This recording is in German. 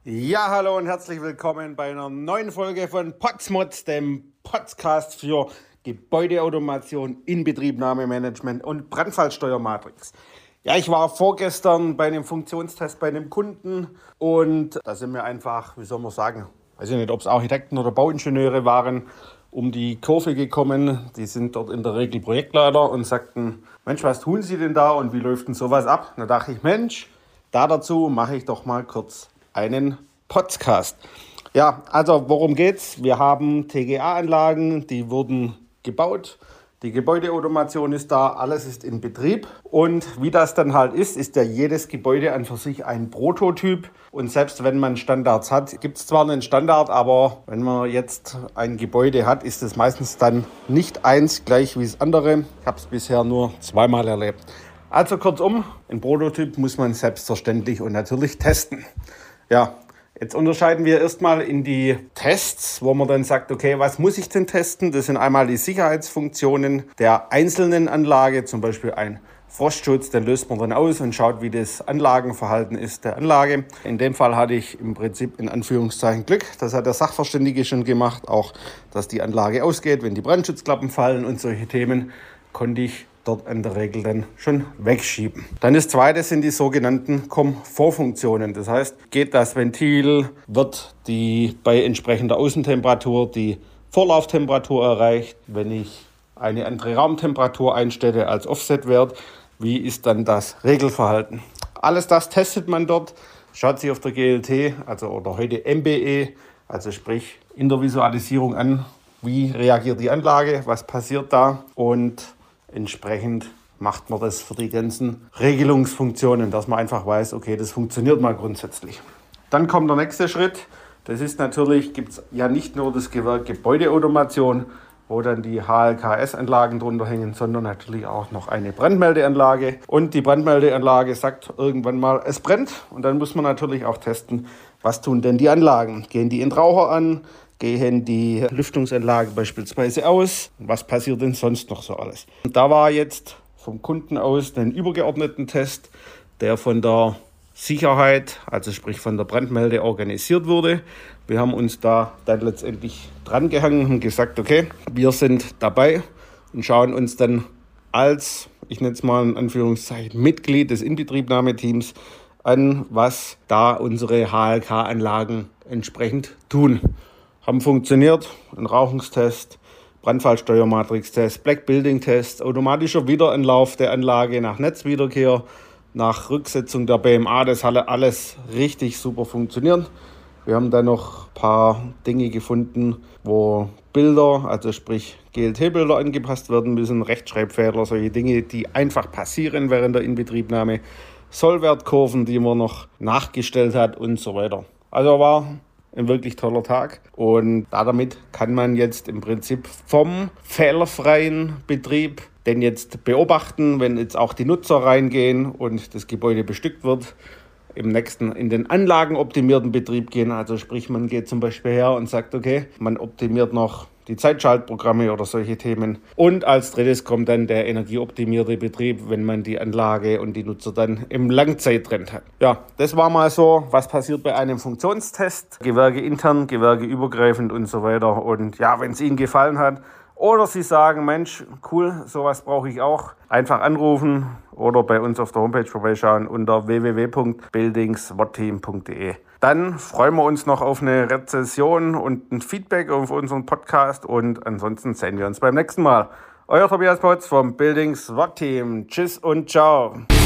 Ja, hallo und herzlich willkommen bei einer neuen Folge von Potsmods, dem Podcast für Gebäudeautomation, Inbetriebnahmemanagement und Brandfallsteuermatrix. Ja, ich war vorgestern bei einem Funktionstest bei einem Kunden und da sind wir einfach, wie soll man sagen, weiß ich nicht, ob es Architekten oder Bauingenieure waren, um die Kurve gekommen. Die sind dort in der Regel Projektleiter und sagten, Mensch, was tun Sie denn da und wie läuft denn sowas ab? Da dachte ich, Mensch, dazu mache ich doch mal kurz einen Podcast. Ja, also worum geht's? Wir haben TGA-Anlagen, die wurden gebaut. Die Gebäudeautomation ist da, alles ist in Betrieb. Und wie das dann halt ist ja jedes Gebäude an für sich ein Prototyp. Und selbst wenn man Standards hat, gibt es zwar einen Standard, aber wenn man jetzt ein Gebäude hat, ist es meistens dann nicht eins gleich wie das andere. Ich habe es bisher nur zweimal erlebt. Also kurzum, ein Prototyp muss man selbstverständlich und natürlich testen. Ja, jetzt unterscheiden wir erstmal in die Tests, wo man dann sagt, okay, was muss ich denn testen? Das sind einmal die Sicherheitsfunktionen der einzelnen Anlage, zum Beispiel ein Frostschutz, den löst man dann aus und schaut, wie das Anlagenverhalten ist der Anlage. In dem Fall hatte ich im Prinzip in Anführungszeichen Glück. Das hat der Sachverständige schon gemacht, auch dass die Anlage ausgeht, wenn die Brandschutzklappen fallen und solche Themen konnte ich dort in der Regel dann schon wegschieben. Dann das zweite sind die sogenannten Komfortfunktionen. Das heißt, geht das Ventil, wird bei entsprechender Außentemperatur die Vorlauftemperatur erreicht. Wenn ich eine andere Raumtemperatur einstelle als Offsetwert, wie ist dann das Regelverhalten? Alles das testet man dort, schaut sich auf der GLT, oder heute MBE, also sprich in der Visualisierung an, wie reagiert die Anlage, was passiert da und entsprechend macht man das für die ganzen Regelungsfunktionen, dass man einfach weiß, okay, das funktioniert mal grundsätzlich. Dann kommt der nächste Schritt. Das ist natürlich, gibt es ja nicht nur das Gewerk Gebäudeautomation, wo dann die HLKS-Anlagen drunter hängen, sondern natürlich auch noch eine Brandmeldeanlage. Und die Brandmeldeanlage sagt irgendwann mal, es brennt. Und dann muss man natürlich auch testen, was tun denn die Anlagen? Gehen die Entraucher an? Gehen die Lüftungsanlagen beispielsweise aus? Was passiert denn sonst noch so alles? Und da war jetzt vom Kunden aus einen übergeordneten Test, der von der Sicherheit, also sprich von der Brandmelde organisiert wurde. Wir haben uns da dann letztendlich dran gehangen und gesagt, okay, wir sind dabei und schauen uns dann als, ich nenne es mal in Anführungszeichen, Mitglied des Inbetriebnahmeteams an, was da unsere HLK-Anlagen entsprechend tun. Haben funktioniert, ein Rauchungstest, Brandfallsteuermatrix-Test, Black Building-Test, automatischer Wiederanlauf der Anlage nach Netzwiederkehr, nach Rücksetzung der BMA, das hat alles richtig super funktioniert. Wir haben dann noch ein paar Dinge gefunden, wo Bilder, also sprich GLT-Bilder angepasst werden müssen, Rechtschreibfehler, solche Dinge, die einfach passieren während der Inbetriebnahme, Sollwertkurven, die man noch nachgestellt hat und so weiter. Also war ein wirklich toller Tag und damit kann man jetzt im Prinzip vom fehlerfreien Betrieb den jetzt beobachten, wenn jetzt auch die Nutzer reingehen und das Gebäude bestückt wird, im nächsten in den anlagenoptimierten Betrieb gehen. Also sprich, man geht zum Beispiel her und sagt, okay, man optimiert noch die Zeitschaltprogramme oder solche Themen. Und als drittes kommt dann der energieoptimierte Betrieb, wenn man die Anlage und die Nutzer dann im Langzeittrend hat. Ja, das war mal so, was passiert bei einem Funktionstest. Gewerke intern, Gewerke übergreifend und so weiter. Und ja, wenn es Ihnen gefallen hat oder Sie sagen, Mensch, cool, sowas brauche ich auch, einfach anrufen oder bei uns auf der Homepage vorbeischauen unter www.buildingswatteam.de. Dann freuen wir uns noch auf eine Rezension und ein Feedback auf unseren Podcast und ansonsten sehen wir uns beim nächsten Mal. Euer Tobias Potz vom Buildings SWAT Team. Tschüss und ciao.